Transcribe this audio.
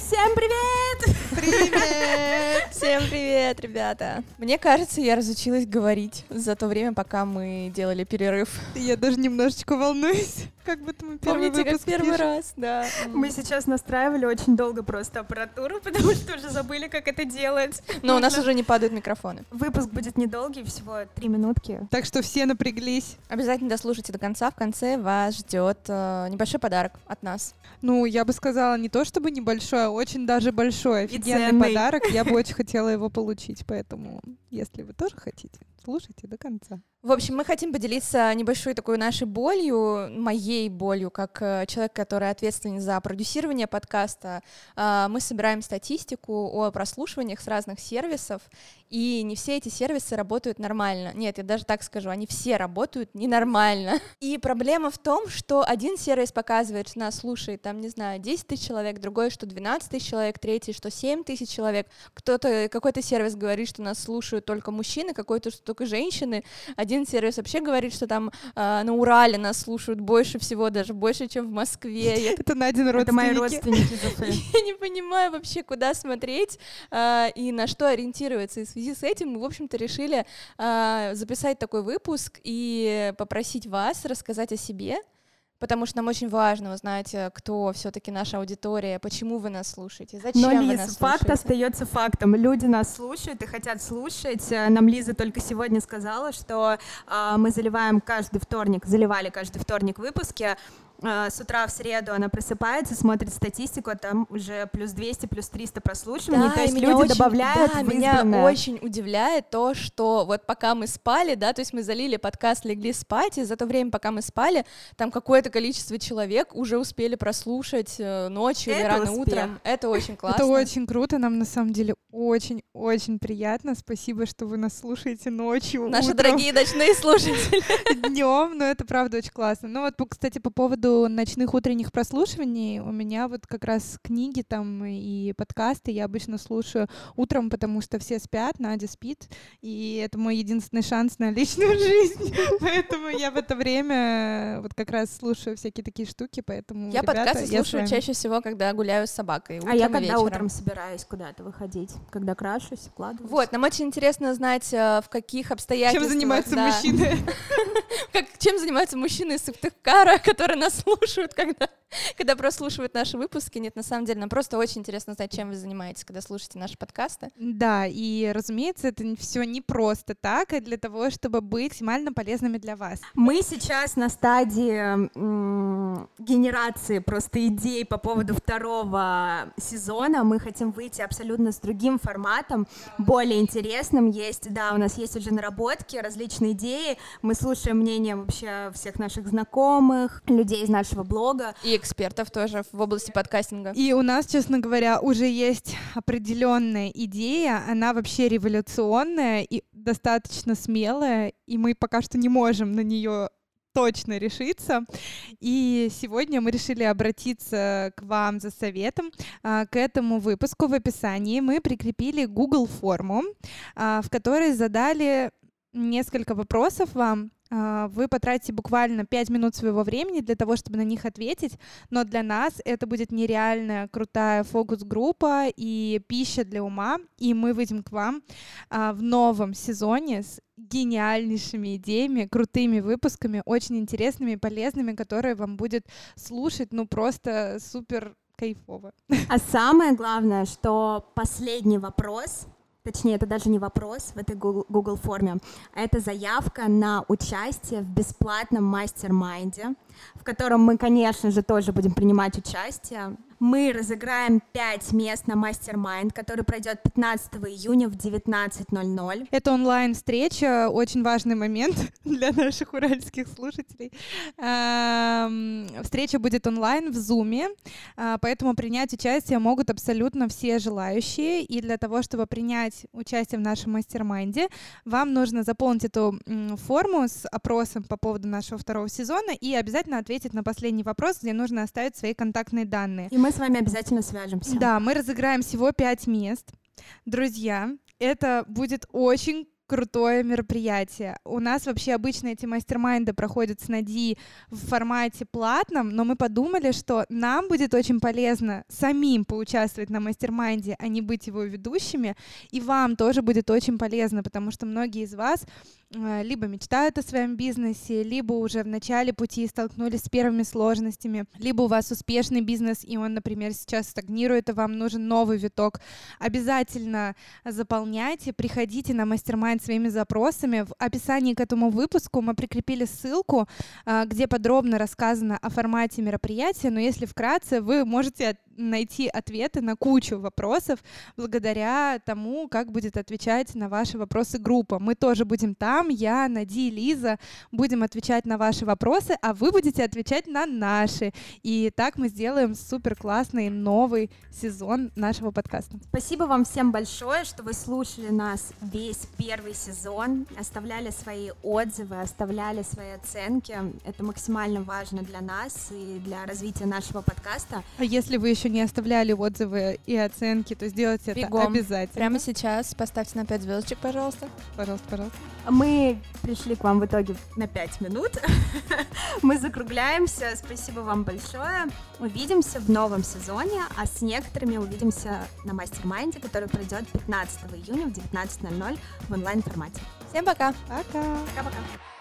Всем привет! Привет! Всем привет, ребята! Мне кажется, я разучилась говорить за то время, пока мы делали перерыв. Я даже немножечко волнуюсь, как будто мы первый Помните, выпуск как первый пишем. раз, да. Мы сейчас настраивали очень долго просто аппаратуру, потому что уже забыли, как это делать. Но у нас уже не падают микрофоны. Выпуск будет недолгий, всего 3 минутки. Так что все напряглись. Обязательно дослушайте до конца. В конце вас ждет небольшой подарок от нас. Ну, я бы сказала, не то чтобы небольшой, а очень даже большой. Офигенный ценный. подарок. Я бы очень хотела его получить, поэтому, если вы тоже хотите, слушайте до конца. В общем, мы хотим поделиться небольшой такой нашей болью, моей болью, как человек, который ответственен за продюсирование подкаста. Мы собираем статистику о прослушиваниях с разных сервисов, и не все эти сервисы работают нормально. Нет, я даже так скажу, они все работают ненормально. И проблема в том, что один сервис показывает, что нас слушает, там, не знаю, 10 тысяч человек, другой, что 12 тысяч человек, третий, что 7 тысяч человек. Какой-то сервис говорит, что нас слушают только мужчины, какой-то, что только женщины. Один сервис вообще говорит, что там на Урале нас слушают больше всего, даже больше, чем в Москве. Это Надины родственники. Это мои родственники. Я не понимаю вообще, куда смотреть и на что ориентироваться. И в связи с этим мы, в общем-то, решили записать такой выпуск и попросить вас рассказать о себе, потому что нам очень важно узнать, кто все-таки наша аудитория, почему вы нас слушаете, зачем Но, вы Лиз, нас факт слушаете. остается фактом. Люди нас слушают и хотят слушать. Нам Лиза только сегодня сказала, что мы заливали каждый вторник выпуски. С утра в среду она просыпается, смотрит статистику, а там уже плюс 200, плюс 300 прослушиваний, Да, то есть и меня люди очень, добавляют да, в меня избранное. очень удивляет то, что вот пока мы спали, да, то есть мы залили подкаст, легли спать, и за то время, пока мы спали, там какое-то количество человек уже успели прослушать ночью или Это рано успех. утром. Это очень классно. Это очень круто, нам на самом деле очень-очень приятно. Спасибо, что вы нас слушаете ночью, Наши утром, дорогие ночные слушатели. днем, но это правда очень классно. Ну вот, кстати, по поводу ночных утренних прослушиваний, у меня вот как раз книги там и подкасты я обычно слушаю утром, потому что все спят, Надя спит, и это мой единственный шанс на личную жизнь, поэтому я в это время вот как раз слушаю всякие такие штуки, поэтому, Я ребята, подкасты я с слушаю вами. чаще всего, когда гуляю с собакой. А я утром и когда вечером. утром собираюсь куда-то выходить, когда крашусь, укладываюсь. Вот, нам очень интересно знать, в каких обстоятельствах... Чем занимаются да. мужчины? Чем занимаются мужчины из Сыктывкара, которые нас слушают, когда прослушивают наши выпуски. Нет, на самом деле, нам просто очень интересно знать, чем вы занимаетесь, когда слушаете наши подкасты. Да, и, разумеется, это все не просто так, а для того, чтобы быть максимально полезными для вас. Мы сейчас на стадии генерации просто идей по поводу второго сезона. Мы хотим выйти абсолютно с другим форматом, более интересным. У нас есть уже наработки, различные идеи. Мы слушаем мнение вообще всех наших знакомых, людей из нашего блога. И экспертов тоже в области подкастинга. И у нас, честно говоря, уже есть определенная идея, она вообще революционная и достаточно смелая, и мы пока что не можем на нее точно решиться. И сегодня мы решили обратиться к вам за советом. К этому выпуску в описании мы прикрепили Google форму, в которой задали несколько вопросов вам. Вы потратите буквально 5 минут своего времени для того, чтобы на них ответить, но для нас это будет нереально крутая фокус-группа и пища для ума, и мы выйдем к вам в новом сезоне с гениальнейшими идеями, крутыми выпусками, очень интересными и полезными, которые вам будет слушать, ну просто супер кайфово. А самое главное, что последний вопрос, точнее, это даже не вопрос в этой Google форме, а это заявка на участие в бесплатном мастер-майнде, в котором мы, конечно же, тоже будем принимать участие. Мы разыграем 5 мест на мастер-майнд, который пройдет 15 июня в 19:00. Это онлайн-встреча, очень важный момент для наших уральских слушателей. Встреча будет онлайн в Zoom, поэтому принять участие могут абсолютно все желающие. И для того, чтобы принять участие в нашем мастер-майнде, вам нужно заполнить эту форму с опросом по поводу нашего второго сезона и обязательно ответить на последний вопрос, где нужно оставить свои контактные данные. И мы с вами обязательно свяжемся. Да, мы разыграем всего 5 мест. Друзья, это будет очень крутое мероприятие. У нас вообще обычно эти мастер-майнды проходят с Нади в формате платном, но мы подумали, что нам будет очень полезно самим поучаствовать на мастер-майнде, а не быть его ведущими, и вам тоже будет очень полезно, потому что многие из вас либо мечтают о своем бизнесе, либо уже в начале пути столкнулись с первыми сложностями, либо у вас успешный бизнес, и он, например, сейчас стагнирует, и вам нужен новый виток. Обязательно заполняйте, приходите на мастер-майнд своими запросами. В описании к этому выпуску мы прикрепили ссылку, где подробно рассказано о формате мероприятия, но если вкратце, вы можете найти ответы на кучу вопросов благодаря тому, как будет отвечать на ваши вопросы группа. Мы тоже будем там, я, Нади, Лиза, будем отвечать на ваши вопросы, а вы будете отвечать на наши. И так мы сделаем супер классный новый сезон нашего подкаста. Спасибо вам всем большое, что вы слушали нас весь первый сезон, оставляли свои отзывы, оставляли свои оценки. Это максимально важно для нас и для развития нашего подкаста. А если вы еще не оставляли отзывы и оценки, то сделайте это обязательно. Прямо сейчас поставьте на 5 звездочек, пожалуйста. Пожалуйста. Мы пришли к вам в итоге на 5 минут. Мы закругляемся. Спасибо вам большое. Увидимся в новом сезоне, а с некоторыми увидимся на мастер-майнде, который пройдет 15 июня в 19:00 в онлайн-формате. Всем пока! Пока! Пока-пока!